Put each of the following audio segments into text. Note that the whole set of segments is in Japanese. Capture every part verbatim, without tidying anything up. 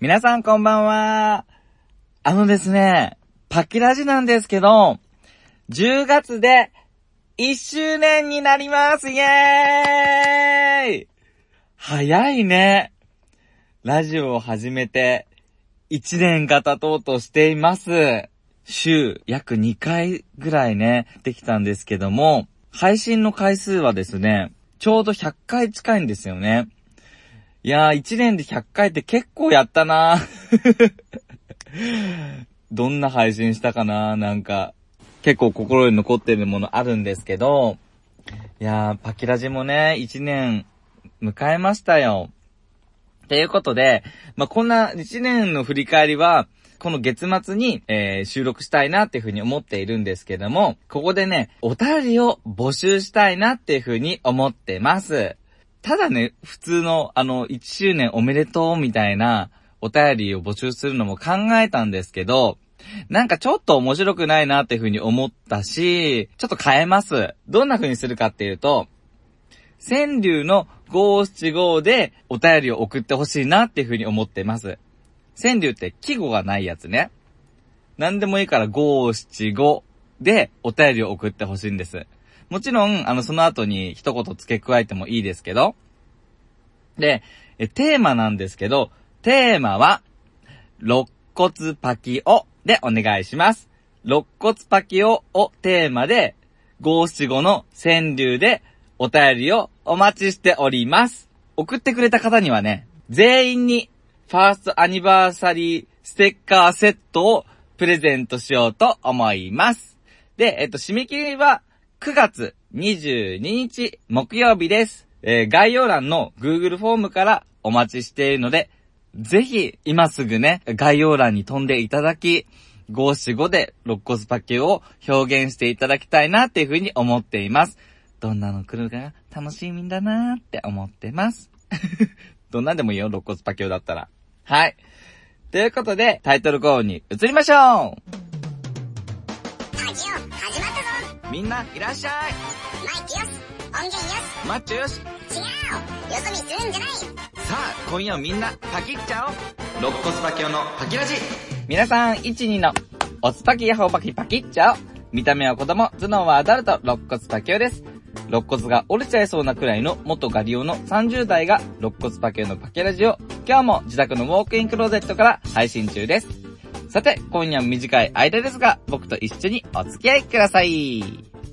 皆さんこんばんは。あのですね、パキラジなんですけど、じゅうがつでいっしゅうねんになります。イエーイ！早いね。ラジオを始めていちねんが経とうとしています。週約にかいぐらいね、できたんですけども、配信の回数はですね、ちょうどひゃっかい近いんですよね。いやー、いちねんでひゃっかいって結構やったなどんな配信したかな。なんか、結構心に残ってるものあるんですけど、いやー、パキラジもね、いちねん迎えましたよ。ということで、まあ、こんないちねんの振り返りは、この月末に、えー、収録したいなっていうふうに思っているんですけども、ここでね、お便りを募集したいなっていうふうに思ってます。ただね、普通の、あの、いちしゅうねんおめでとうみたいなお便りを募集するのも考えたんですけど、なんかちょっと面白くないなっていうふうに思ったし、ちょっと変えます。どんな風にするかっていうと、川柳のごーしちごでお便りを送ってほしいなっていう風に思ってます。川柳って季語がないやつね。なんでもいいからごーしちごでお便りを送ってほしいんです。もちろん、あの、その後に一言付け加えてもいいですけど。で、えテーマなんですけど、テーマは、肋骨パキオでお願いします。肋骨パキオをテーマで、ごーしちごの川柳でお便りをお待ちしております。送ってくれた方にはね、全員にファーストアニバーサリーステッカーセットをプレゼントしようと思います。で、えっと、締め切りはくがつにじゅうににち木曜日です。えー、概要欄の Google フォームからお待ちしているので、ぜひ今すぐね、概要欄に飛んでいただき、ごーしちごで肋骨パキオを表現していただきたいなっていうふうに思っています。どんなの来るか楽しみだなーって思ってます。どんなんでもいいよ、肋骨パキオだったら。はい。ということで、タイトルコールに移りましょう。 ラジオ始まったぞ。 みんないらっしゃい。 マイクよし、音源よし。 マッチョよし。 違う、よそ見するんじゃない。 さあ、今夜みんなパキっちゃおう。肋骨パキオのパキラジ。皆さん、いち、にのおつパキヤホーパキパキっちゃおう。見た目は子供、頭脳はアダルト、肋骨パキオです。肋骨が折れちゃいそうなくらいの元ガリオのさんじゅうだいが肋骨パキオのパキラジを今日も自宅のウォークインクローゼットから配信中です。さて、今夜も短い間ですが、僕と一緒にお付き合いください。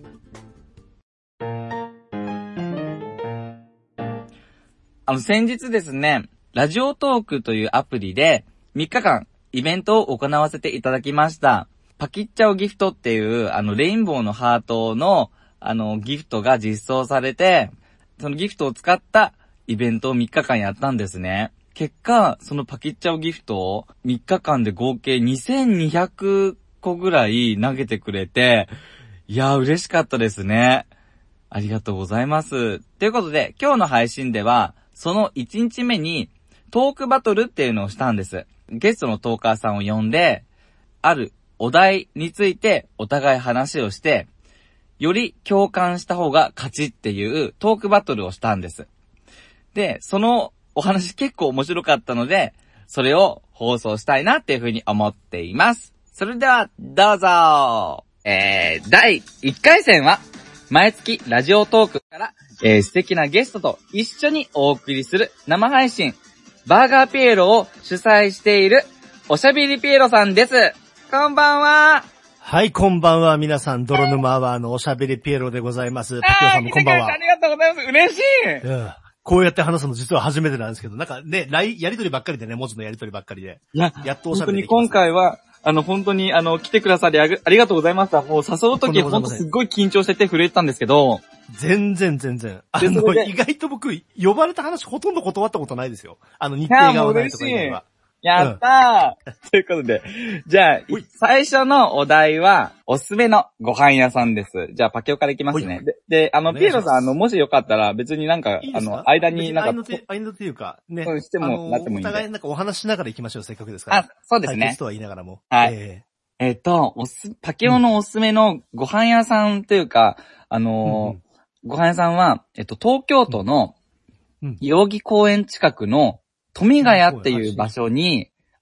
あの、先日ですね、ラジオトークというアプリでみっかかんイベントを行わせていただきました。パキッチャオギフトっていう、あの、レインボーのハートの、あの、ギフトが実装されて、そのギフトを使ったイベントをみっかかんやったんですね。結果、そのパキッチャオギフトをみっかかんで合計にせんにひゃくこぐらい投げてくれて、いやー嬉しかったですね。ありがとうございます。ということで、今日の配信では、そのいちにちめにトークバトルっていうのをしたんです。ゲストのトーカーさんを呼んで、あるお題についてお互い話をして、より共感した方が勝ちっていうトークバトルをしたんです。で、そのお話結構面白かったので、それを放送したいなっていうふうに思っています。それでは、どうぞ。えー、だいいっかい戦は、毎月ラジオトークから、えー、素敵なゲストと一緒にお送りする生配信、バーガーピエロを主催している、おしゃべりピエロさんです。こんばんは。 はい、こんばんは。皆さん、泥沼アワーのおしゃべりピエロでございます。パキオさんもこんばんは。 ありがとうございます。嬉しい。 うん。こうやって話すの実は初めてなんですけど、なんかね、ライン、やりとりばっかりでね、文字のやりとりばっかりで。 いや、 やっとおしゃべりできます。 本当に今回は、あの、本当に、あの、来てくださりありがとうございました。もう誘うとき、ほんとすっごい緊張して手震えてたんですけど。 全然全然。あの、意外と僕、呼ばれた話ほとんど断ったことないですよ。あの、日程が合わないとか以外は。 やったー、うん、ということで、じゃあ、最初のお題は、おすすめのご飯屋さんです。じゃあ、パキオからいきますね。で、で、あの、ピエロさん、あの、もしよかったら、別になんか、いいあの、間になんか、 間っていうか、ね。 そうしても、なってもいいんで。 お互いなんかお話しながら行きましょう、せっかくですから。 あ、そうですね。 はい、とは言いながらも。 はい。えー、えー、っと、おす、パキオのおすすめのご飯屋さんというか、あのー、うんご飯屋さんは、えっと、東京都の、代々木公園近くの富ヶ谷っていう場所に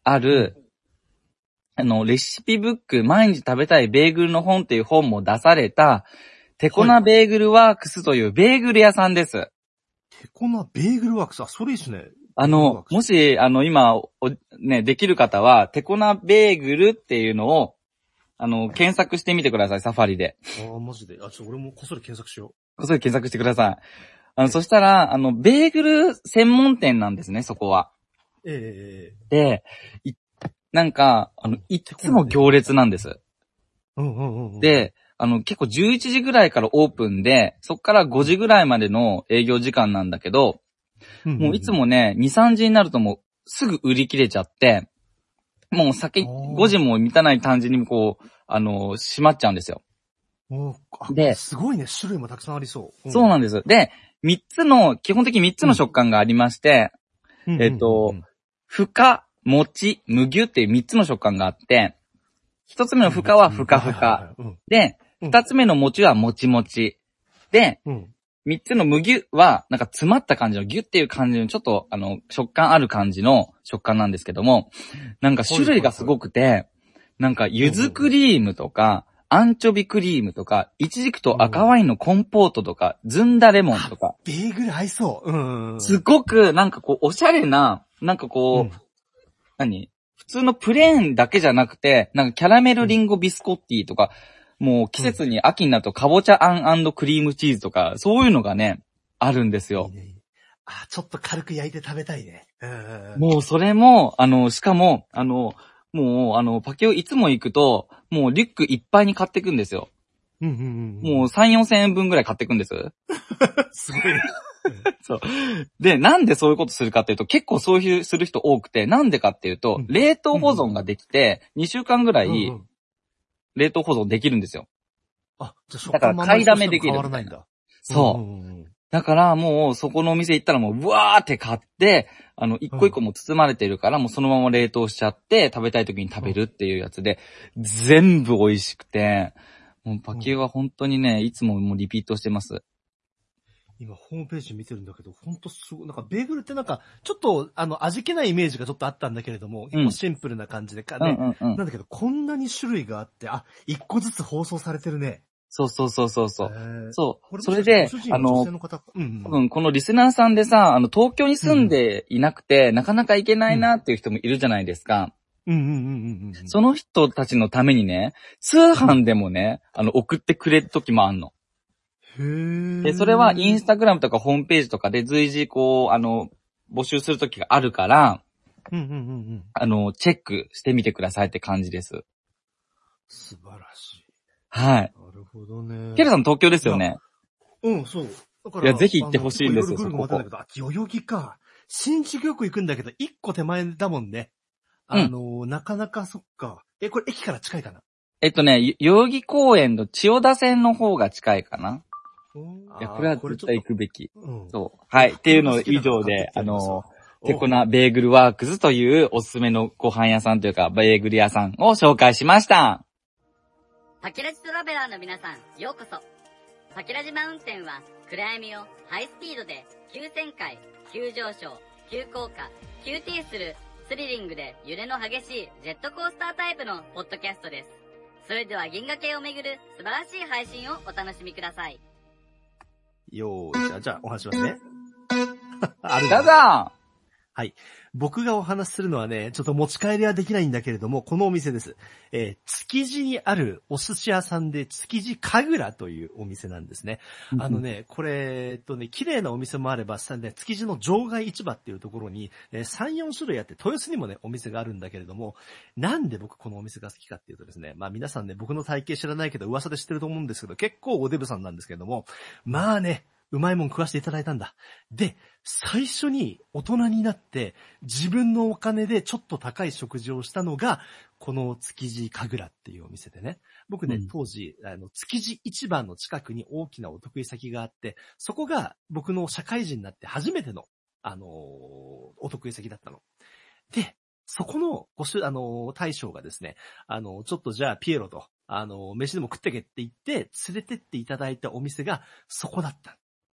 ある、あの、レシピブック、毎日食べたいベーグルの本っていう本も出された、テコナベーグルワークスというベーグル屋さんです。 テコナベーグルワークス、あ、それいいっすね。 あの、もし、あの、今、おね、できる方は、テコナベーグルっていうのを、あの、検索してみてください、サファリで。 ああ、マジで。あ、ちょ、俺もこっそり検索しよこっそり検索してください。あの、そしたら、あの、ベーグル専門店なんですね、そこは。 ええー。 で、い、なんか、あの、いつも行列なんです。 うんうんうんうん。 で、あの、結構じゅういちじぐらいからオープンで、そっからごじぐらいまでの営業時間なんだけど、 うんうんうん、 もういつもね、に、さんじになるともうすぐ売り切れちゃって、もう先、ごじも満たない感じにこう、あの、閉まっちゃうんですよ。 で、すごいね、種類もたくさんありそう。 うん、そうなんです。で、みっつの、基本的にみっつの食感がありまして、うん、えっと、ふか、もち、むぎゅっていうみっつの食感があって、ひとつめのふかはふかふか。で、ふたつめのもちはもちもち。で、うん三つのむぎゅは、なんか詰まった感じのギュっていう感じのちょっと、あの、食感ある感じの食感なんですけども、なんか種類がすごくて、なんか柚子クリームとか、アンチョビクリームとか、イチジクと赤ワインのコンポートとか、ずんだレモンとか。 ベーグル合いそう。うん。 すごく、なんかこう、おしゃれな、なんかこう、うん、何普通のプレーンだけじゃなくて、なんかキャラメルリンゴビスコッティとか、もう季節に秋になるとかぼちゃあん&クリームチーズとか、そういうのがね、あるんですよ。いいねいいね、 あ、ちょっと軽く焼いて食べたいね。 うん、もうそれも、あの、しかも、あの、もう、あの、パケオいつも行くと、もうリュックいっぱいに買ってくんですよ。 うんうんうん、 もうさん、よんせんえんぶんぐらい買ってくんです。 すごいね。 そう。で、なんでそういうことするかっていうと、結構そういうする人多くて、なんでかっていうと、うん、冷凍保存ができて、にしゅうかんぐらい、うんうん冷凍保存できるんですよ。 あ、じゃあ食感も買いだめできる。変わらないんだ。 そう。うんうんうん、だからもうそこのお店行ったらもうブワーって買って、あの一個一個も包まれてるから、うん、もうそのまま冷凍しちゃって食べたい時に食べるっていうやつで、うん、全部美味しくて、もうパキューは本当にね、いつももうリピートしてます。 今ホームページ見てるんだけど、ほんとすごい、なんかベーグルってなんか、ちょっと、あの、味気ないイメージがちょっとあったんだけれども、結構シンプルな感じでかね、うんうんうん、なんだけど、こんなに種類があって、あ、一個ずつ包装されてるね。 そうそうそうそうそう。そう。それで、あの、 うんうん、 多分このリスナーさんでさ、あの、東京に住んでいなくて、うん、なかなか行けないなっていう人もいるじゃないですか。 うんうんうんうんうん、 その人たちのためにね、通販でもね、あの、送ってくれる時もあんの。で、それはインスタグラムとかホームページとかで随時こう、あの、募集するときがあるから、 うんうんうんうん、 あの、チェックしてみてくださいって感じです。 素晴らしい。 はい。 なるほどね。 ケルさん東京ですよね。 うん、そう。だからいや、ぜひ行ってほしいんですよ、 そこ。あ、代々木か。新宿よく行くんだけど、一個手前だもんね。あの、うん、なかなかそっか。え、これ駅から近いかな？ えっとね、代々木公園の千代田線の方が近いかな。いや、これは絶対行くべき。うん、そう。はい。っていうの以上で、あの、テコナベーグルワークスというおすすめのご飯屋さんというか、ベーグル屋さんを紹介しました。 パキラジトラベラーの皆さん、ようこそ。パキラジマウンテンは、暗闇をハイスピードで急旋回、急上昇、急降下、急停するスリリングで揺れの激しいジェットコースタータイプのポッドキャストです。それでは銀河系をめぐる素晴らしい配信をお楽しみください。 よーい、じゃあ、じゃあお話しますね。 あるどうぞ。 はい。僕がお話しするのはね、ちょっと持ち帰りはできないんだけれども、このお店です。えー、築地にあるお寿司屋さんで、築地神楽というお店なんですね。あのね、これ、えっとね、綺麗なお店もあれば、ね、築地の場外市場っていうところに、えー、さん、よん種類あって、豊洲にもね、お店があるんだけれども、なんで僕このお店が好きかっていうとですね、まあ皆さんね、僕の体型知らないけど、噂で知ってると思うんですけど、結構おデブさんなんですけれども、まあね、うまいもん食わせていただいたんだ。で、最初に大人になって自分のお金でちょっと高い食事をしたのが、この築地神楽っていうお店でね。僕ね、うん、当時、あの、築地市場の近くに大きなお得意先があって、そこが僕の社会人になって初めての、あのー、お得意先だったの。で、そこのごしゅ、あのー、大将がですね、あのー、ちょっとじゃあピエロと、あのー、飯でも食ってけって言って、連れてっていただいたお店がそこだった。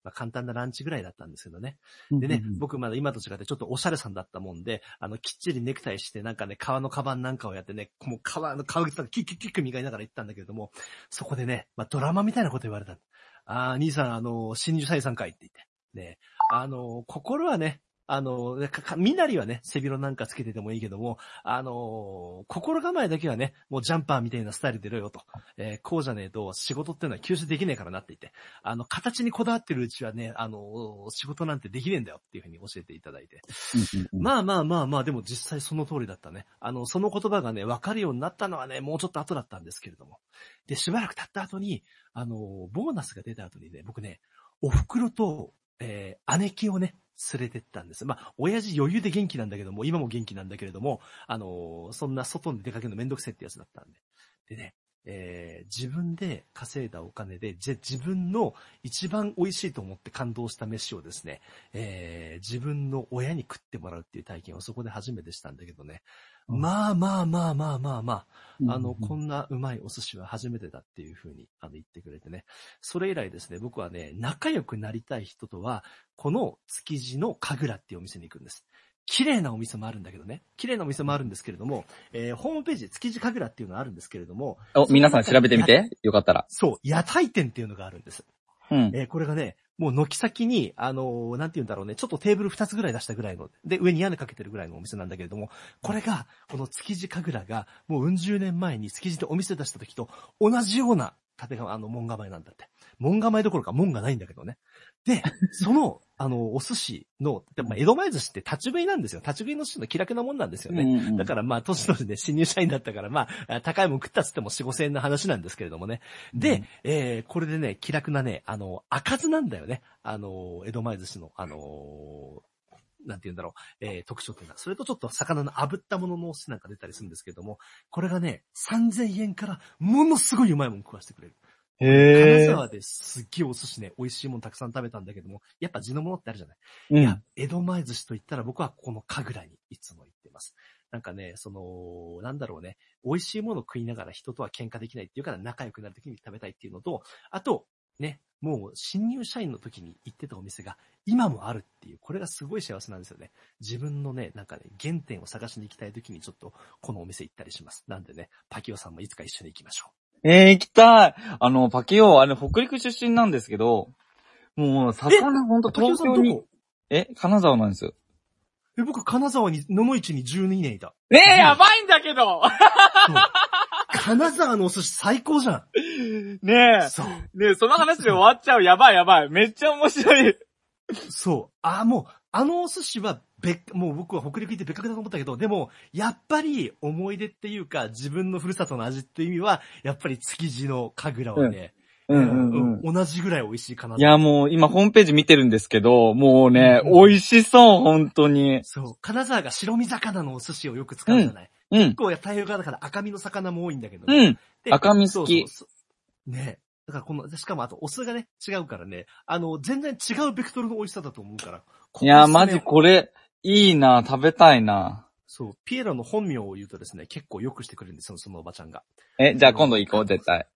まあ、簡単なランチぐらいだったんですけどね。でね、 うんうんうん、 僕まだ今と違ってちょっとおしゃれさんだったもんで、あの、きっちりネクタイしてなんかね、革のカバンなんかをやってね、もう革の革靴とかキッキッキッキッ磨いながら行ったんだけれども、そこでね、まあ、ドラマみたいなこと言われた。あー、兄さん、あの、新入社員さんかいって言って。ね、あの、心はね、あの、かかみなりはね、背広なんかつけててもいいけども、あの、心構えだけはね、もうジャンパーみたいなスタイルでいろよと。えー、こうじゃねえと仕事っていうのは吸収できねえからなって言って、あの、形にこだわってるうちはね、あの、仕事なんてできねえんだよっていうふうに教えていただいて。まあまあまあまあ、でも実際その通りだったね。あの、その言葉がね、わかるようになったのはね、もうちょっと後だったんですけれども。で、しばらく経った後に、あの、ボーナスが出た後にね、僕ね、お袋と、えー、姉貴をね、連れてったんです。まあ、親父余裕で元気なんだけども、今も元気なんだけれども、あのー、そんな外に出かけるのめんどくせえってやつだったんで。でね、えー、自分で稼いだお金で、じ自分の一番美味しいと思って感動した飯をですね、えー、自分の親に食ってもらうっていう体験をそこで初めてしたんだけどね。うん、まあまあまあまあまあまあ、あの、こんなうまいお寿司は初めてだっていうふうにあの言ってくれてね。それ以来ですね、僕はね、仲良くなりたい人とは、この築地の神楽っていうお店に行くんです。綺麗なお店もあるんだけどね。綺麗なお店もあるんですけれども、えー、ホームページ、築地神楽っていうのがあるんですけれども。 お、皆さん調べてみて。よかったら。 そう、屋台店っていうのがあるんです。 うん。 えー、これがね、もう軒先に、あのー、なんて言うんだろうね、ちょっとテーブル二つぐらい出したぐらいの、で、上に屋根かけてるぐらいのお店なんだけれども、これが、この築地神楽が、もううん十年前に築地でお店出した時と同じような建が、あの、門構えなんだって。門構えどころか門がないんだけどね。で、その、あの、お寿司の、まあ、江戸前寿司って立ち食いなんですよ。立ち食いの寿司の気楽なもんなんですよね。うんうん、だからまあ、年々で新入社員だったから、まあ、高いもん食ったっつってもよん、ごせんえんの話なんですけれどもね。で、うん、えー、これでね、気楽なね、あの、赤酢なんだよね。あの、江戸前寿司の、あのー、なんて言うんだろう、えー、特徴というのは、それとちょっと魚の炙ったもののお寿司なんか出たりするんですけれども、これがね、さんぜんえんからものすごいうまいもん食わせてくれる。 へー。 金沢ですっげえお寿司ね、美味しいもんたくさん食べたんだけども、やっぱ地のものってあるじゃない。うん、いや、江戸前寿司と言ったら僕はこの神楽にいつも行ってます。なんかね、その、なんだろうね、美味しいもの食いながら人とは喧嘩できないっていうから仲良くなるときに食べたいっていうのと、あと、ね、もう新入社員の時に行ってたお店が今もあるっていう、これがすごい幸せなんですよね。自分のね、なんかね、原点を探しに行きたい時にちょっとこのお店行ったりします。なんでね、パキオさんもいつか一緒に行きましょう。 えー、行きたい。あの、パキオ、あれ、北陸出身なんですけど、もう、魚ほんと東京に、え、金沢なんですよ。 え、僕、金沢に、野々市にじゅうにねんいた。 えー、やばいんだけど金沢のお寿司最高じゃん。 ねえ。そう。ねえ、その話で終わっちゃう。やばいやばい。めっちゃ面白い。 そう。あ、もう、あのお寿司は別、もう僕は北陸行って別格だと思ったけど、でも、やっぱり思い出っていうか、自分のふるさとの味っていう意味は、やっぱり築地の神楽はね、 うんうんうんうん、同じぐらい美味しいかな。 いや、もう今ホームページ見てるんですけど、もうね、うんうん、美味しそう、本当に。 そう。金沢が白身魚のお寿司をよく使うじゃない。うん。結構太平洋側だから赤身の魚も多いんだけど、 ね。うん。赤身好き。 そうそうね。だからこの、しかもあとお酢がね、違うからね、あの、全然違うベクトルの美味しさだと思うから。 いや、マジこれ、いいな、食べたいな。 そう。ピエロの本名を言うとですね、結構よくしてくれるんですよ、そのおばちゃんが。 え、じゃあ今度行こう、絶対。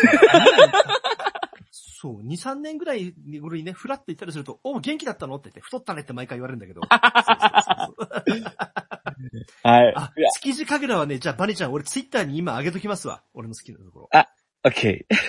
そう、に、さんねんぐらいにね、フラッと行ったりすると、お、元気だったのって言って、太ったねって毎回言われるんだけど。 はい。 あ、築地神楽はね、じゃあバニちゃん、俺ツイッターに今上げときますわ。俺の好きなところ。 あ、オッケー。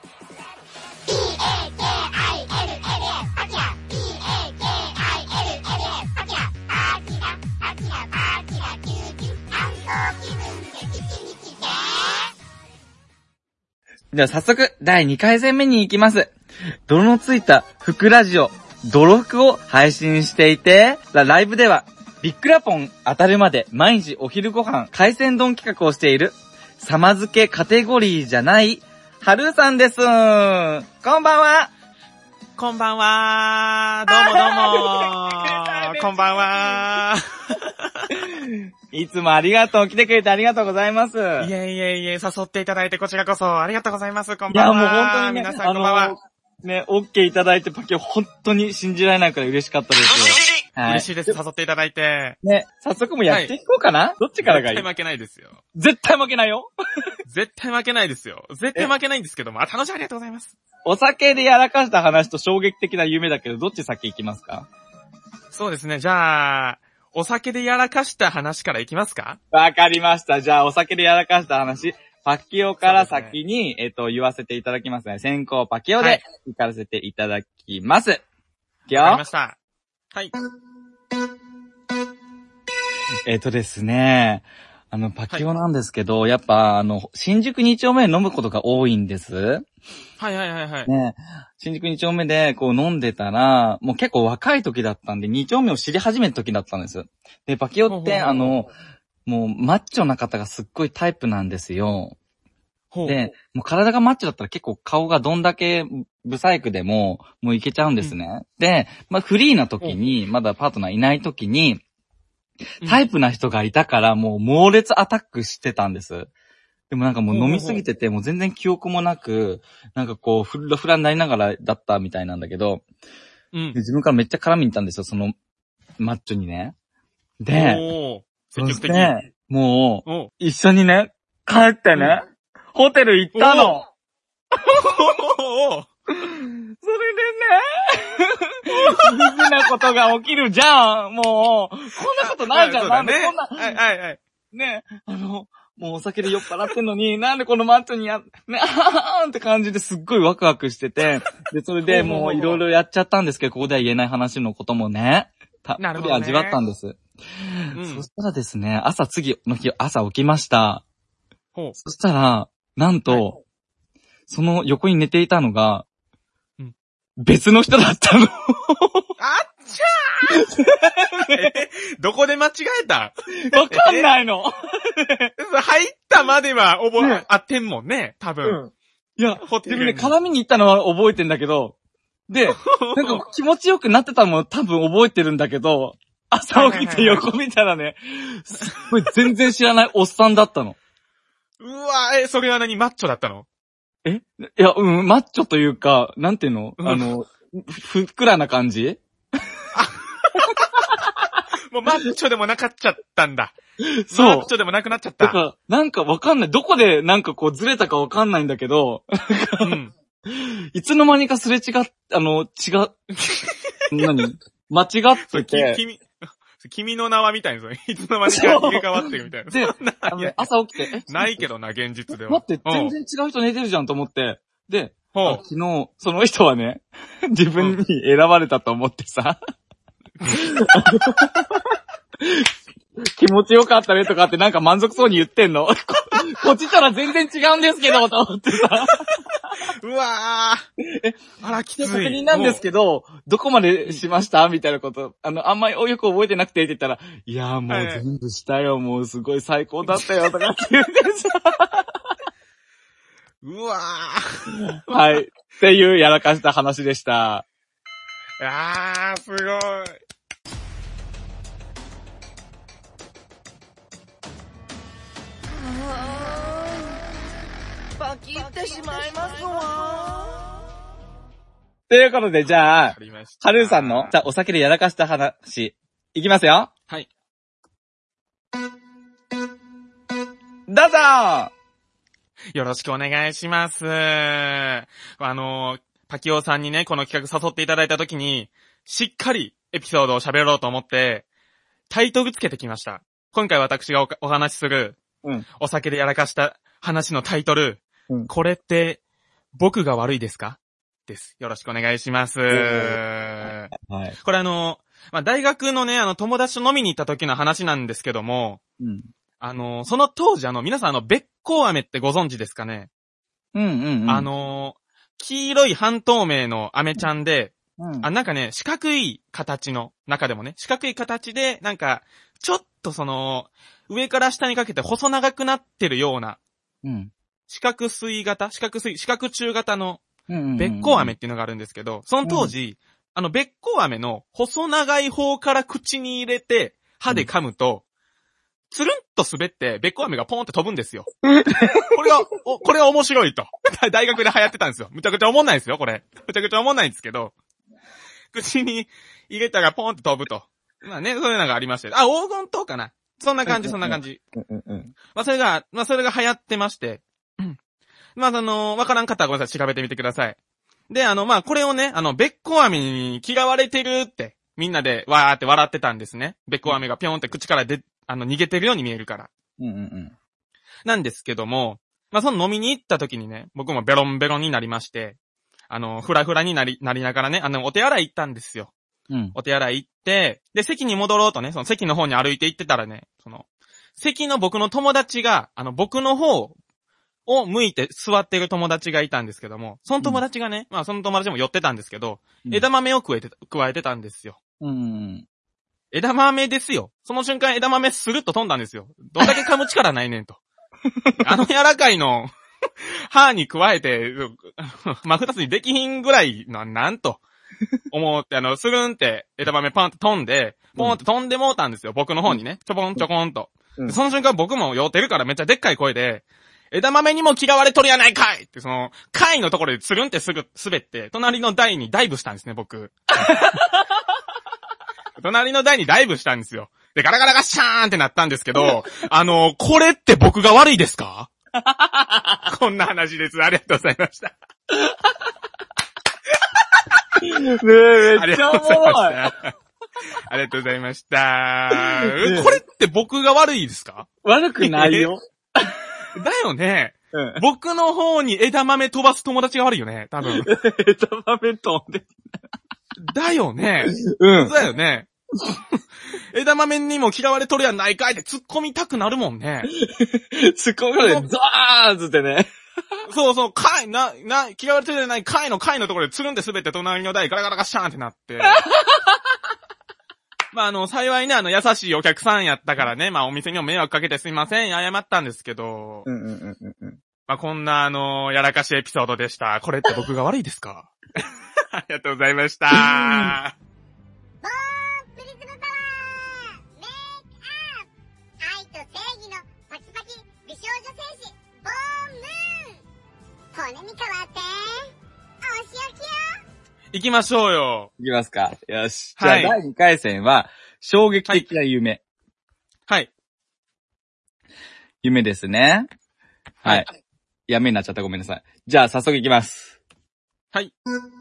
じゃあ早速、だいにかい戦目に行きます。泥のついた福ラジオ、泥福を配信していて、ライブでは、ビックラポン当たるまで毎日お昼ご飯、海鮮丼企画をしている、様付けカテゴリーじゃない、はるさんです。こんばんは。 こんばんは。どうもどうも。こんばんは。 いつもありがとう。来てくれてありがとうございます。いえいえいえ、誘っていただいてこちらこそありがとうございます。こんばんは。 いや、もう本当にね、 皆さんこんばんは。 ね、オッケーいただいてパキオ本当に信じられないくらい嬉しかったです。 はい、嬉しいです。誘っていただいて。 ね、早速もやっていこうかな、はい、どっちからがいい？ 絶対負けないですよ。 絶対負けないよ。 絶対負けないですよ。絶対負けないんですけども、あ、楽しい、ありがとうございます。 お酒でやらかした話と衝撃的な夢だけど、どっち先行きますか？ そうですね。じゃあ、お酒でやらかした話からいきますか？ わかりました。じゃあ、お酒でやらかした話、パキオから先に、ね、えっと、言わせていただきますね。先行パキオで行かせていただきます。はい、いくよ。 わかりました。はい。 えっとですね、あの、パキオなんですけど、はい、やっぱ、あの、新宿に丁目で飲むことが多いんです。 はいはいはいはい。 ね、新宿に丁目でこう飲んでたら、もう結構若い時だったんで、に丁目を知り始めた時だったんです。で、パキオって、あの、もうマッチョな方がすっごいタイプなんですよ。で、もう体がマッチョだったら結構顔がどんだけブサイクでも、もういけちゃうんですね。うん、で、まあフリーな時に、まだパートナーいない時に、タイプな人がいたからもう猛烈アタックしてたんです。でもなんかもう飲みすぎてて、もう全然記憶もなく、なんかこう、フラフラになりながらだったみたいなんだけど、うん、で自分からめっちゃ絡みに行ったんですよ、その、マッチョにね。で、そして、もう、一緒にね、帰ってね、うん、ホテル行ったの。それでね、不思議なことが起きるじゃん。もう、こんなことないじゃん。なんでこんな、 はいはいはい。 ね、あの、もうお酒で酔っ払ってんのに、なんでこのマッチョにや、ね、あはーんって感じですっごいワクワクしてて、で、それでもういろいろやっちゃったんですけど、ここでは言えない話のこともね、たっぷり味わったんです。うん、そしたらですね、朝次の日、朝起きました。ほうそしたら、なんと、はい、その横に寝ていたのが、うん、別の人だったの。あっちゃーえどこで間違えた？ わかんないの。 入ったまでは覚え、ね、あってんもんね、多分。うん、 いや、でもね、絡みに行ったのは覚えてんだけど、で、なんか気持ちよくなってたのも多分覚えてるんだけど、朝起きて横見たらね、すっごい全然知らないおっさんだったの。 うわえ、それは何マッチョだったの？ えいや、うん、マッチョというか、なんていうの、うん、あの、ふっくらな感じもうマッチョでもなかっちゃったんだ。 そう。 マッチョでもなくなっちゃった。 だから、なんかわかんない。どこでなんかこうずれたかわかんないんだけど、うん、いつの間にかすれ違っ、あの、違う、何間違ってて。 君、君の名はみたいな、いつの間にか入れ替わってるみたいな。 で、あの朝起きて、 ないけどな、現実では。 待って、全然違う人寝てるじゃんと思って。で、昨日、その人はね、自分に選ばれたと思ってさ、気持ちよかったねとかってなんか満足そうに言ってんの。こ, こっちとら全然違うんですけど、と思ってさ。 うわー。え、あら、きつい。 確認なんですけど、どこまでしましたみたいなこと。あの、あんまりよく覚えてなくてって言ったら、いやーもう全部したよ、もうすごい最高だったよ、とかって言ってさ。 うわー。はい。っていうやらかした話でした。 あー、すごい。 パキってしまいますわ。 ということで、じゃあ、はるーさんの、じゃあお酒でやらかした話、いきますよ。 はい。 どうぞー。 よろしくお願いします。あの、パキオさんにね、この企画誘っていただいたときに、しっかりエピソードを喋ろうと思って、タイトルつけてきました。今回私が お, お話しする、うん、お酒でやらかした話のタイトル、うん、これって僕が悪いですか？です。よろしくお願いします。はい、これあの、まあ、大学のね、あの友達と飲みに行った時の話なんですけども、うん、あの、その当時あの、皆さんあの、べっこう飴ってご存知ですかね？ うんうんうん。 あの、黄色い半透明の飴ちゃんで、うん、あ、なんかね、四角い形の、中でもね、四角い形で、なんか、ちょっとその、上から下にかけて細長くなってるような、うん、四角錐型四角錐、四角柱型の、べっこう飴っていうのがあるんですけど、その当時、うん、あの、べっこう飴の細長い方から口に入れて、歯で噛むと、つるんと滑って、べっこう飴がポーンって飛ぶんですよ。これが、お、これが面白いと。大学で流行ってたんですよ。むちゃくちゃ思んないですよ、これ。むちゃくちゃ思んないんですけど、口に入れたらポーンって飛ぶと。まあね、そういうのがありまして。あ、黄金糖かな。そんな感じ、そんな感じ。まあそれが、まあそれが流行ってまして。まああの、わからん方はごめんなさい、調べてみてください。 で、あの、まあ、これをね、あの、べっこう飴に嫌われてるって、みんなでわーって笑ってたんですね。べっこう飴がぴょんって口からで、あの、逃げてるように見えるから。 うんうんうん。 なんですけども、まあ、その飲みに行った時にね、僕もベロンベロンになりまして、あの、フラフラになり、なりながらね、あの、お手洗い行ったんですよ。 うん。 お手洗い行って、で、席に戻ろうとね、その席の方に歩いて行ってたらね、その、席の僕の友達が、あの、僕の方を向いて座ってる友達がいたんですけども、その友達がね、うん、まあその友達も寄ってたんですけど、うん、枝豆を加えて、加えてたんですよ。 うん。 枝豆ですよ。その瞬間枝豆スルッと飛んだんですよ。どんだけ噛む力ないねんと。あの柔らかいの、歯に加えて、まあ二つにできひんぐらいの、なんと、思って、あの、スルンって枝豆パンって飛んで、ポンって飛んでもうたんですよ。僕の方にね。ちょこんちょこんと。うん、その瞬間僕も酔ってるからめっちゃでっかい声で、枝豆にも嫌われとるやないかいって、その、貝のところでつるんってすぐ滑って、隣の台にダイブしたんですね、僕。隣の台にダイブしたんですよ。で、ガラガラガッシャーンってなったんですけど、あの、これって僕が悪いですか？こんな話です。ありがとうございました。 ねえ、めっちゃおもろい。 ありがとうございました。これって僕が悪いですか？ 悪くないよ。 だよね、 うん。 僕の方に枝豆飛ばす友達が悪いよね、多分。 枝豆飛んで。 だよね。 うん。 だよね。枝豆にも嫌われとるやないかいって突っ込みたくなるもんね。 突っ込みまでザーッってね。 そうそう、貝、な、な、嫌われてるやない貝の貝のところでつるんで滑って隣の台ガラガラガシャーンってなって。まあ、あの、幸いね、あの、優しいお客さんやったからね、まあ、お店にも迷惑かけてすいません、謝ったんですけど。 うんうんうんうん。 まあ、こんな、あの、やらかしエピソードでした。これって僕が悪いですか？ありがとうございました。ボーンプリズムパワーメイクアップ愛と正義のパキパキ美少女戦士ボーンムーン骨に変わってお仕置きよ。 行きましょうよ。 行きますか。よし。じゃあ、はい、だいにかい戦は、衝撃的な夢。 はい。 夢ですね。はい。はい、やめになっちゃった。ごめんなさい。じゃあ、早速行きます。 はい。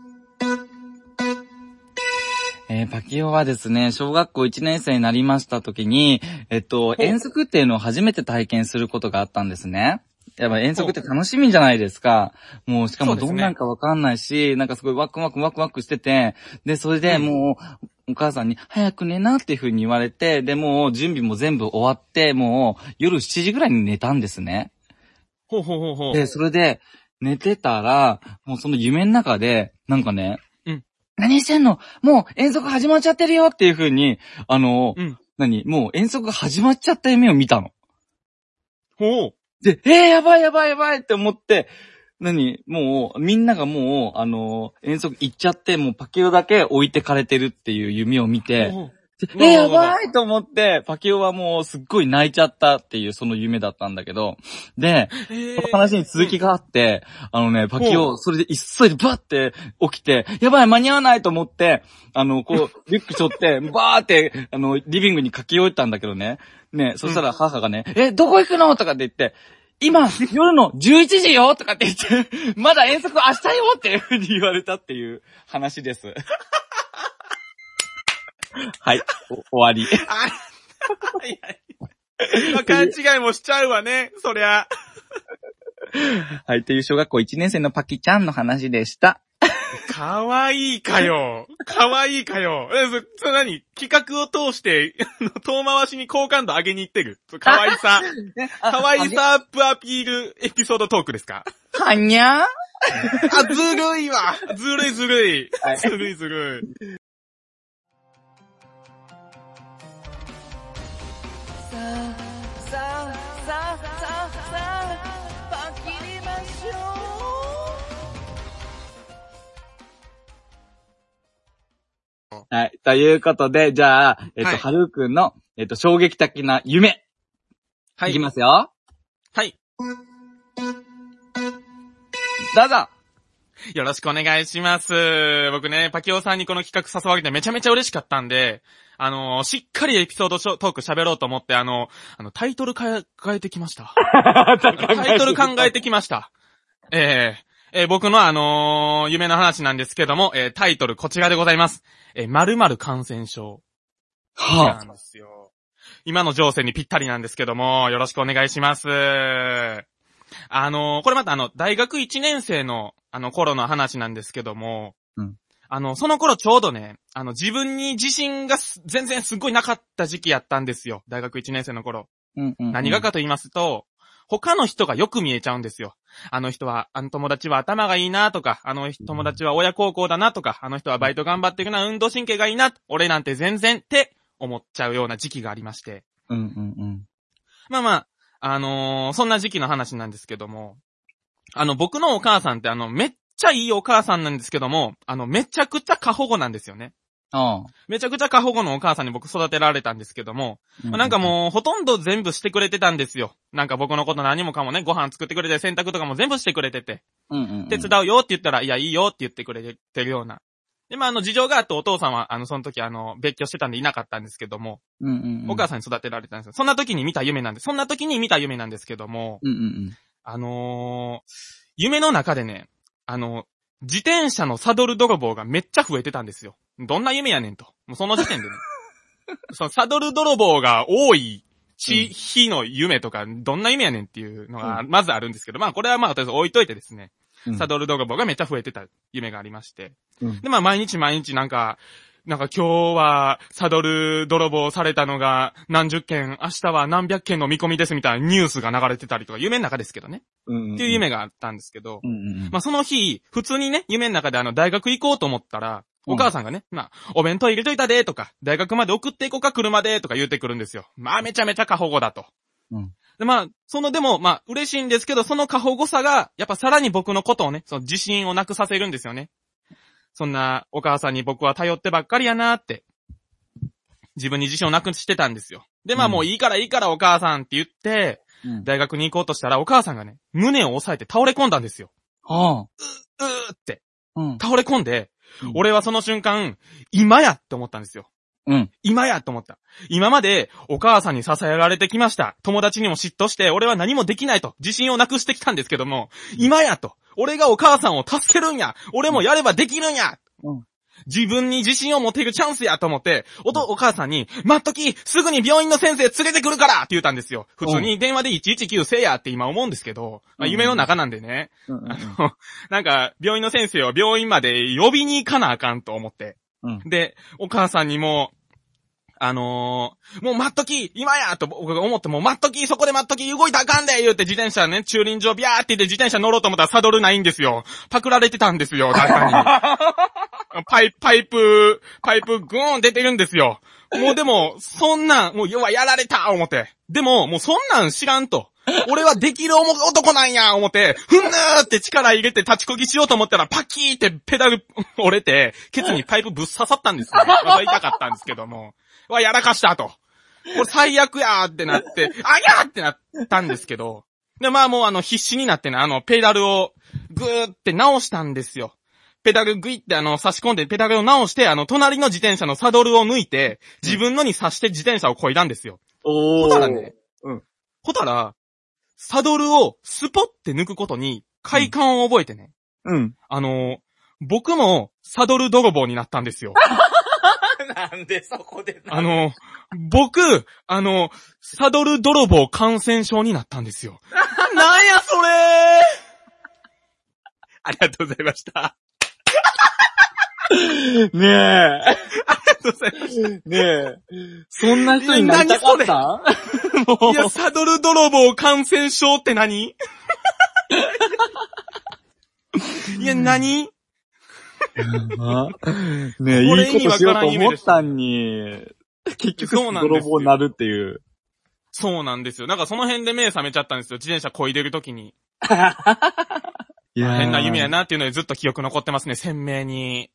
えー、パキオはですね、小学校いちねん生になりました時に、えっと、遠足っていうのを初めて体験することがあったんですね。やっぱ遠足って楽しみじゃないですか。もうしかもどんなんかわかんないし、ね、なんかすごいワクワクワクワクしてて、で、それでもう、お母さんに早く寝なっていう風に言われて、で、もう準備も全部終わって、もう夜しちじぐらいに寝たんですね。 ほうほうほうほう。 で、それで寝てたら、もうその夢の中で、なんかね、 うん、 何してんの？もう遠足始まっちゃってるよっていう風に、あの、 うん、 何？もう遠足が始まっちゃった夢を見たの。 ほう。 で、えー、やばいやばいやばいって思って、何もう、みんながもう、あの、遠足行っちゃって、もうパキオだけ置いてかれてるっていう夢を見て、えー、やばいと思って、パキオはもうすっごい泣いちゃったっていうその夢だったんだけど、で、 えー、 この話に続きがあって、うん、あのね、パキオ、それで急いでバッて起きて、やばい間に合わないと思って、あの、こう、リュック背負って、バーって、あの、リビングに駆け寄ったんだけどね、ね、そしたら母がね、うん、え、どこ行くのとかって言って、今、夜のじゅういちじよとかって言って、まだ遠足明日よっていう風に言われたっていう話です。はい、終わり。 勘違いもしちゃうわね、そりゃ。 はい、という小学校いちねん生のパキちゃんの話でした。 かわいいかよ。かわいいかよ。え、そ、それ何？企画を通して、遠回しに好感度上げに行ってる。かわいさ。かわいさアップアピールエピソードトークですか？ はにゃーあ、 ずるいわ。ずるいずるい。ずるいずるい。 さあ、さあ、さあ、さあ、さあ、パキりましょう。 はい。ということで、じゃあ、えっと、 はい、 はるくんの、えっと、衝撃的な夢。はい。いきますよ。 はい。 どうぞ。 よろしくお願いします。僕ね、パキオさんにこの企画誘われてめちゃめちゃ嬉しかったんで、あのー、しっかりエピソードトーク喋ろうと思って、あの、あの、タイトル変え、変えてきました。タイトル考えてきました。ええー、僕のあのー、夢の話なんですけども、えー、タイトルこちらでございます。えー、〇〇感染症。 はなんですよ。今の情勢にぴったりなんですけども、よろしくお願いします。あのー、これまたあの、大学いちねん生の、あの頃の話なんですけども、 うん。 あの、その頃ちょうどね、あの、自分に自信が全然すっごいなかった時期やったんですよ。大学いちねん生の頃。 うんうんうん、 何がかと言いますと、他の人がよく見えちゃうんですよ。あの人は、あの友達は頭がいいなとか、あの友達は親孝行だなとか、あの人はバイト頑張ってるな、運動神経がいいな、俺なんて全然って思っちゃうような時期がありまして。 うんうんうん。 まあまあ、あのー、そんな時期の話なんですけども、あの僕のお母さんってあの、めっちゃいいお母さんなんですけども、あの、めちゃくちゃ過保護なんですよね。 ああ。 めちゃくちゃ過保護のお母さんに僕育てられたんですけども、うんうん、なんかもうほとんど全部してくれてたんですよ。なんか僕のこと何もかもね、ご飯作ってくれて洗濯とかも全部してくれてて、うんうんうん、手伝うよって言ったら、いやいいよって言ってくれてるような。で、まああの事情があってお父さんはあのその時あの別居してたんでいなかったんですけども、うんうんうん、お母さんに育てられたんですよ。そんな時に見た夢なんです。そんな時に見た夢なんですけども、うんうんうん、あのー、夢の中でね、あの、自転車のサドル泥棒がめっちゃ増えてたんですよ。どんな夢やねんと。もうその時点でね。そのサドル泥棒が多い地、日の夢とか、どんな夢やねんっていうのがまずあるんですけど、まあこれはまあとりあえず置いといてですね。うん、サドル泥棒がめっちゃ増えてた夢がありまして。うん、で、まあ毎日毎日なんか、なんか今日はサドル泥棒されたのが何十件、明日は何百件の見込みですみたいなニュースが流れてたりとか、夢の中ですけどね。うんうんうん、っていう夢があったんですけど、うんうんうん、まあその日、普通にね、夢の中であの大学行こうと思ったら、お母さんがね、うん、まあ、お弁当入れといたでとか、大学まで送っていこうか車でとか言ってくるんですよ。まあめちゃめちゃ過保護だと。うん、でまあ、そのでも、まあ嬉しいんですけど、その過保護さが、やっぱさらに僕のことをね、その自信をなくさせるんですよね。そんなお母さんに僕は頼ってばっかりやなーって。自分に自信をなくしてたんですよ。で、まあもういいからいいからお母さんって言って、うん、大学に行こうとしたらお母さんがね、胸を押さえて倒れ込んだんですよ。はあ、う、うーって、うん。倒れ込んで、うん、俺はその瞬間、今やって思ったんですよ。うん。今やと思った。今までお母さんに支えられてきました。友達にも嫉妬して俺は何もできないと自信をなくしてきたんですけども、今やと。俺がお母さんを助けるんや。俺もやればできるんや。うん。自分に自信を持てるチャンスやと思って、おと、お母さんに、待っとき、すぐに病院の先生連れてくるからって言ったんですよ。普通に電話でいちいちきゅうせいやって今思うんですけど、まあ、夢の中なんでね、うんうん、あの、なんか、病院の先生を病院まで呼びに行かなあかんと思って。うん、で、お母さんにも、あのー、もう待っとき今やと僕が思ってもう待っときそこで待っとき動いたらあかんで言うて自転車ね、駐輪場ビャーって言って自転車乗ろうと思ったらサドルないんですよ。パクられてたんですよ、中に。パイプ、パイプ、パイプグーン出てるんですよ。もうでも、そんなん、もう要はやられた思って。でも、もうそんなん知らんと。俺はできる男なんや思って、ふんぬーって力入れて立ちこぎしようと思ったらパキーってペダル折れて、ケツにパイプぶっ刺さったんですよ。まだ痛かったんですけども。わ、やらかしたと。これ最悪やーってなって、あやーってなったんですけど。で、まあもうあの必死になってね、あのペダルをぐーって直したんですよ。ペダルグイってあの差し込んでペダルを直して、あの隣の自転車のサドルを抜いて、自分のに刺して自転車を漕いだんですよ。おー。ほたらね、うん。ほたら、サドルをスポって抜くことに快感を覚えてね。うん。あの、僕もサドル泥棒になったんですよ。 なんでそこであの、僕、あの、サドル泥棒感染症になったんですよ。 なんやそれーありがとうございました。 ねえ。ありがとうございました。ねえ。そんな人になりたかったもういや、サドル泥棒感染症って何いや、何ねえ、いいことしようと思ったんに、結局泥棒になるっていう。 そうなんですよ。なんかその辺で目覚めちゃったんですよ。自転車漕いでるときに。いや変な夢やなっていうのでずっと記憶残ってますね、鮮明に。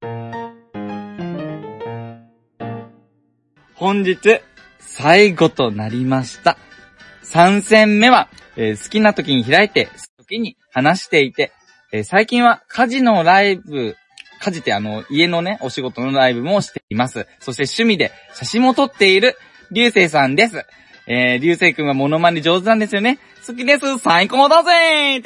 本日、最後となりました。さん戦目は、えー、好きな時に開いて、時に話していて、えー、最近は家事のライブ、家事ってあの、家のね、お仕事のライブもしています。そして趣味で写真も撮っている、流星さんです。 えー、流星くんはモノマネ上手なんですよね。好きです、最高だぜーって。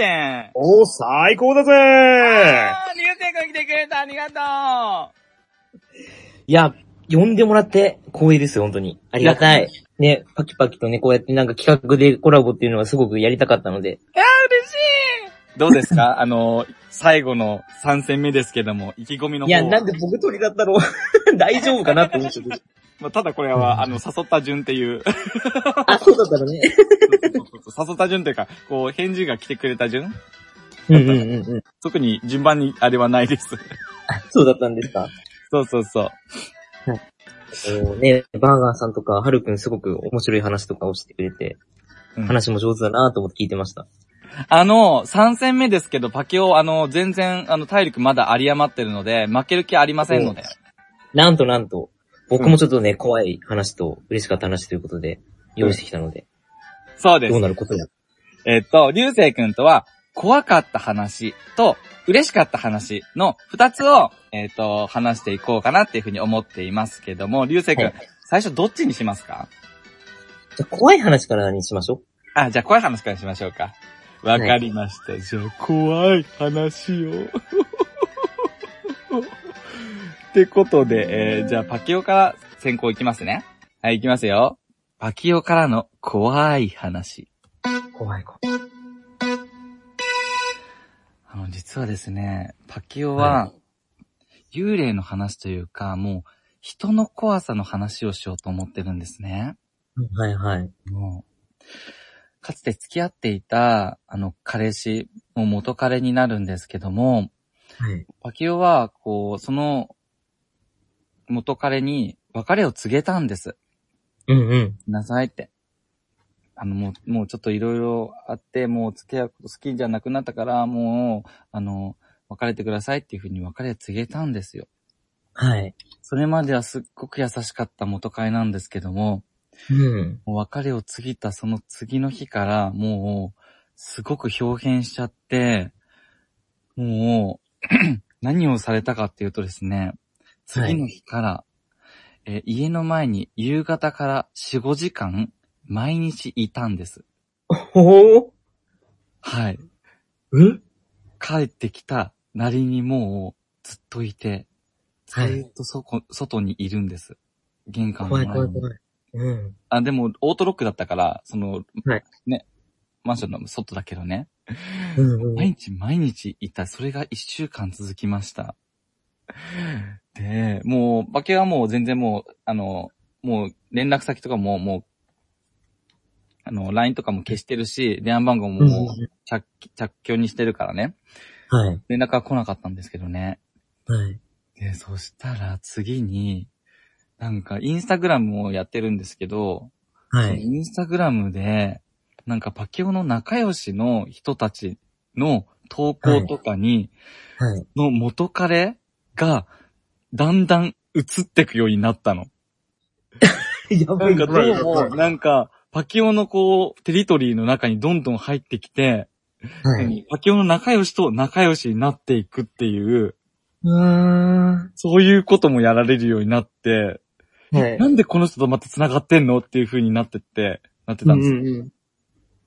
おー、最高だぜー。 あー、流星くん来てくれた、ありがとう。 いや、呼んでもらって光栄ですよ、本当に。ありがたい。ね、パキパキとね、こうやってなんか企画でコラボっていうのがすごくやりたかったので。 いやー、嬉しい。どうですかあの、最後のさん戦目ですけども、意気込みの方。 いや、なんで僕鳥だったろう大丈夫かなって思ってる。 まあ、ただこれは、あの、誘った順っていう。 あ、そうだったらね。 誘った順というか、こう、返事が来てくれた順うんうんうんうん。 特に順番にあれはないです。 そうだったんですか。 そうそうそう。 はい。ね、バーガーさんとか、はるくんすごく面白い話とかをしてくれて、うん、話も上手だなと思って聞いてました。 あの、さん戦目ですけど、パキオ、あの、全然、あの、体力まだ有り余ってるので、負ける気ありませんので。 なんとなんと、僕もちょっとね、うん、怖い話と嬉しかった話ということで、用意してきたので。 うん、そうです。 どうなることや。 えっと、流星くんとは、怖かった話と、嬉しかった話の二つを、えっと、話していこうかなっていうふうに思っていますけども、流星くん、はい、最初どっちにしますか？ じゃ、怖い話からにしましょう。 あ、じゃあ怖い話からしましょうか。わかりました。はい、じゃあ、怖い話を。ってことで、えー、じゃあ、パキオから先行いきますね。はい、いきますよ。パキオからの怖い話。 怖い怖い。 あの、実はですね、パキオは、幽霊の話というか、もう、人の怖さの話をしようと思ってるんですね。 はいはい。 もう、かつて付き合っていた、あの、彼氏、もう元彼になるんですけども、 はい、 パキオは、こう、その、元彼に別れを告げたんです。 うんうん。 なさいって。あの、もう、もうちょっといろいろあって、もう付き合うこと好きじゃなくなったから、もう、あの、別れてくださいっていうふうに別れを告げたんですよ。 はい。 それまではすっごく優しかった元彼なんですけども、 うん。 もう別れを告げたその次の日から、もう、すごく表変しちゃって、もう、何をされたかっていうとですね、次の日から、はい、えー、家の前に夕方からよん、ごじかん、毎日いたんです。 ほー。 はい。 え？ 帰ってきたなりにもう、ずっといて、ずっとそこ、はい、外にいるんです。玄関の前に。 怖い怖い怖い。うん。 あ、でも、オートロックだったから、その、 はい。 ね、マンションの外だけどね。 うんうん、 毎日毎日いた。それが一週間続きました。で、もう、バケはもう全然もう、あの、もう連絡先とかも、もう、あの、ライン とかも消してるし、電話番号ももう着、着去にしてるからね。 はい。 連絡が来なかったんですけどね。 はい。 で、そしたら次に、なんかインスタグラムをやってるんですけど、 はい。 インスタグラムで、なんかパキオの仲良しの人たちの投稿とかに、 はい。はい、 の元彼が、だんだん映ってくようになったの。 やばい。 なんかどうも、なんか、パキオのこう、テリトリーの中にどんどん入ってきて、はい、パキオの仲良しと仲良しになっていくっていう、 うーんそういうこともやられるようになって、 はい、 なんでこの人とまた繋がってんのっていう風になってって、なってたんですよ。うんうん、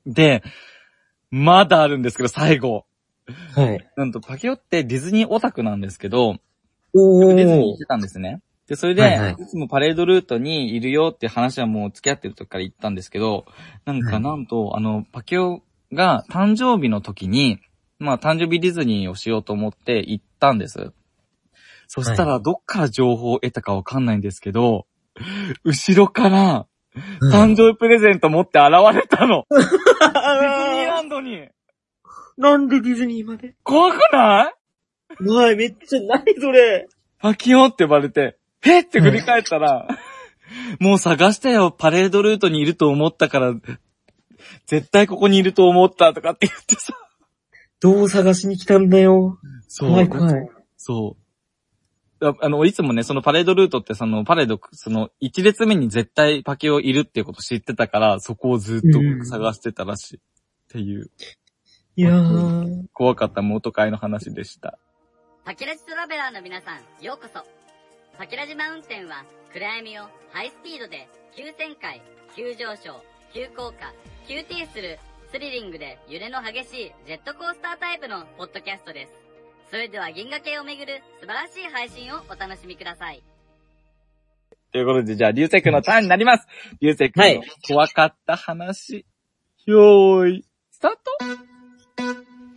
で、まだあるんですけど、最後。 はい。 なんと、パキオってディズニーオタクなんですけど、 おー。 ディズニー行ってたんですね。で、それで、 はいはい、 いつもパレードルートにいるよっていう話はもう付き合ってる時から言ったんですけど、なんかなんと、はい、あの、パキオが誕生日の時に、まあ誕生日ディズニーをしようと思って行ったんです。そしたら、どっから情報を得たかわかんないんですけど、後ろから、誕生日プレゼント持って現れたの。ディズニーランドに。 なんでディズニーまで？ 怖くないはい、めっちゃ、何それ。 パキオって呼ばれて、えって振り返ったら、もう探したよ、パレードルートにいると思ったから、絶対ここにいると思ったとかって言ってさ。 どう探しに来たんだよ。 そう。 怖い怖い。 そう。あ, あの、いつもね、そのパレードルートってそのパレード、その一列目に絶対パキオいるっていうこと知ってたから、そこをずっと探してたらしい。っていう。 いやー。 怖かった元会の話でした。 パキラジトラベラーの皆さん、ようこそ。パキラジマウンテンは暗闇をハイスピードで急旋回、急上昇、 急降下、急停する、スリリングで揺れの激しいジェットコースタータイプのポッドキャストです。それでは銀河系をめぐる素晴らしい配信をお楽しみください。 ということで、じゃあ、流星君のターンになります。流星君の怖かった話。よーい、スタート。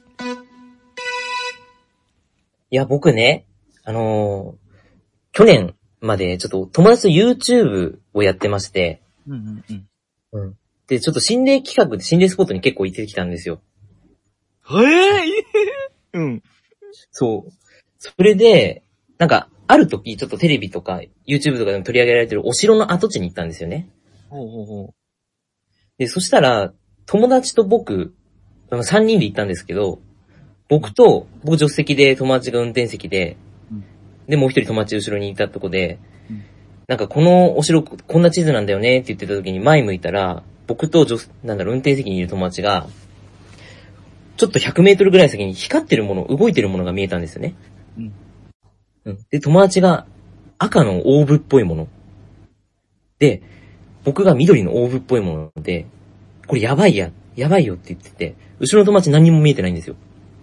いや、僕ね、あのー、去年までちょっと友達と YouTube をやってまして、 うんうんうん。うん。で、ちょっと心霊企画で心霊スポットに結構行ってきたんですよ。 えぇ、うん。 そう。それで、なんか、ある時、ちょっとテレビとか、YouTube とかでも取り上げられてるお城の跡地に行ったんですよね。 ほうほうほう。 で、そしたら、友達と僕、さんにんで行ったんですけど、僕と、僕助手席で友達が運転席で、うん、で、もう一人友達後ろにいたとこで、うん、なんかこのお城、こんな地図なんだよねって言ってた時に前向いたら、僕と助、なんだろう、運転席にいる友達が、ちょっとひゃくメートルぐらい先に光ってるもの、動いてるものが見えたんですよね。うん。うん。で、友達が赤のオーブっぽいもの。で、僕が緑のオーブっぽいもので、これやばいや、やばいよって言ってて、後ろの友達何にも見えてないんですよ。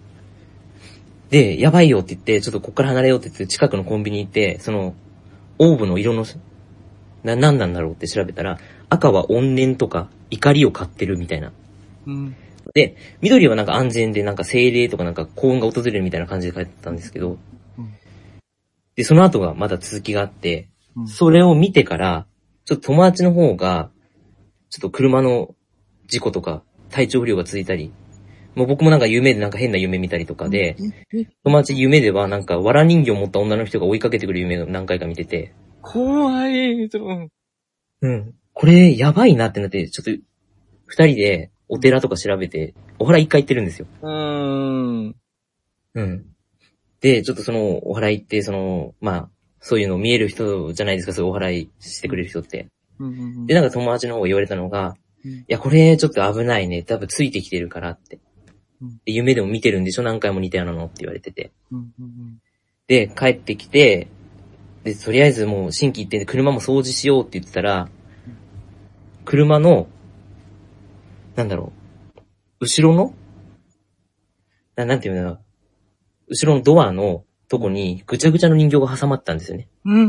で、やばいよって言って、ちょっとこっから離れようって言って、近くのコンビニ行って、その、オーブの色の、な、何なんだろうって調べたら、赤は怨念とか怒りを買ってるみたいな。うん。で、緑はなんか安全でなんか精霊とかなんか幸運が訪れるみたいな感じで書いてたんですけど、うん、で、その後がまだ続きがあって、うん、それを見てから、ちょっと友達の方が、ちょっと車の事故とか体調不良が続いたり、もう僕もなんか夢でなんか変な夢見たりとかで、友達夢ではなんか藁人形を持った女の人が追いかけてくる夢を何回か見てて、 怖い。 うん。これやばいなってなって、ちょっと二人でお寺とか調べて、お祓い一回行ってるんですよ。 うーん。 うん。で、ちょっとそのお祓いって、その、まあ、そういうの見える人じゃないですか、そういうお祓いしてくれる人って。うんうんうん、で、なんか友達の方が言われたのが、うん、いや、これちょっと危ないね。多分ついてきてるからって。うん、で夢でも見てるんでしょ何回も似たようなのって言われてて。うんうんうん、で、帰ってきて、で、とりあえずもう心機一転で車も掃除しようって言ってたら、車の、なんだろう、後ろのな、なんていうんだろう、後ろのドアのとこにぐちゃぐちゃの人形が挟まったんですよね。うん。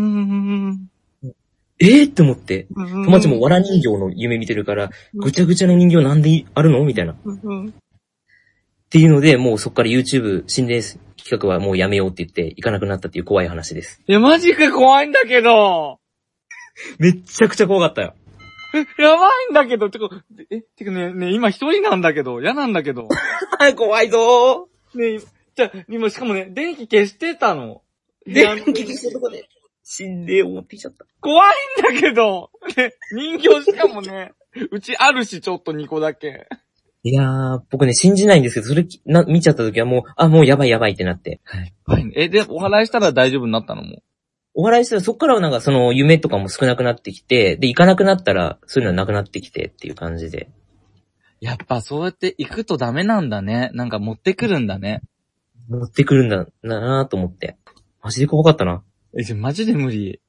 えーって思って、友達も藁人形の夢見てるから、ぐちゃぐちゃの人形なんであるのみたいな。っていうので、もうそっから YouTube 心霊企画はもうやめようって言って行かなくなったっていう怖い話です。 いや、マジか怖いんだけど。 めっちゃくちゃ怖かったよ。 え、やばいんだけど、てか、え、てかね、ね、今一人なんだけど、嫌なんだけど。 怖いぞー。ね、じゃあ、今しかもね、電気消してたの。 電気消したとこで、心霊を持ってきちゃった。 怖いんだけど。ね、人形しかもね、うちあるし、ちょっとにこだけ。 いやー、僕ね、信じないんですけど、それな見ちゃった時はもう、あ、もうやばいやばいってなって。 はい。え、で、お祓いしたら大丈夫になったのもお祓いしたら、そっからはなんかその夢とかも少なくなってきて、で、行かなくなったら、そういうのはなくなってきてっていう感じで。 やっぱそうやって行くとダメなんだね。なんか持ってくるんだね。 持ってくるんだなぁと思って。マジで怖かったな。 え、じゃ、マジで無理。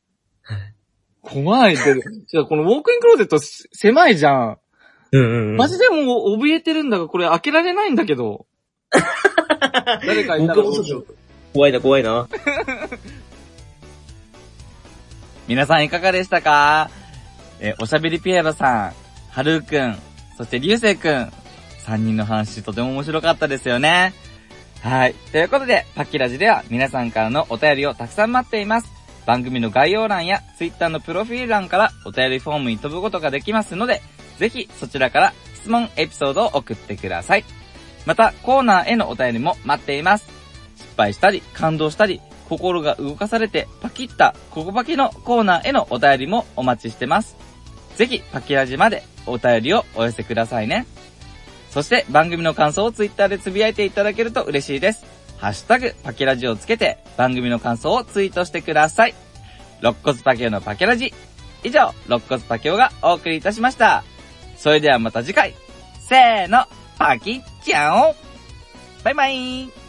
怖い。で、じゃあこのウォークインクローゼット狭いじゃん。 うんうんうん。 マジでもう怯えてるんだが、これ開けられないんだけど。誰かいたらどうしよう。 怖いな怖いな。 皆さんいかがでしたか？え、おしゃべりピエロさん、はるーくん、そしてりゅうせいくん、さんにんの話とても面白かったですよね。はい。ということで、パッキラジでは皆さんからのお便りをたくさん待っています。番組の概要欄やツイッターのプロフィール欄からお便りフォームに飛ぶことができますので、ぜひそちらから質問エピソードを送ってください。また、コーナーへのお便りも待っています。失敗したり、感動したり、心が動かされてパキッたココパキのコーナーへのお便りもお待ちしてます。ぜひパキラジまでお便りをお寄せくださいね。そして番組の感想をツイッターでつぶやいていただけると嬉しいです。ハッシュタグパキラジをつけて番組の感想をツイートしてください。肋骨パキオのパキラジ。以上、肋骨パキオがお送りいたしました。それではまた次回。せーの、パキッちゃお。バイバイ。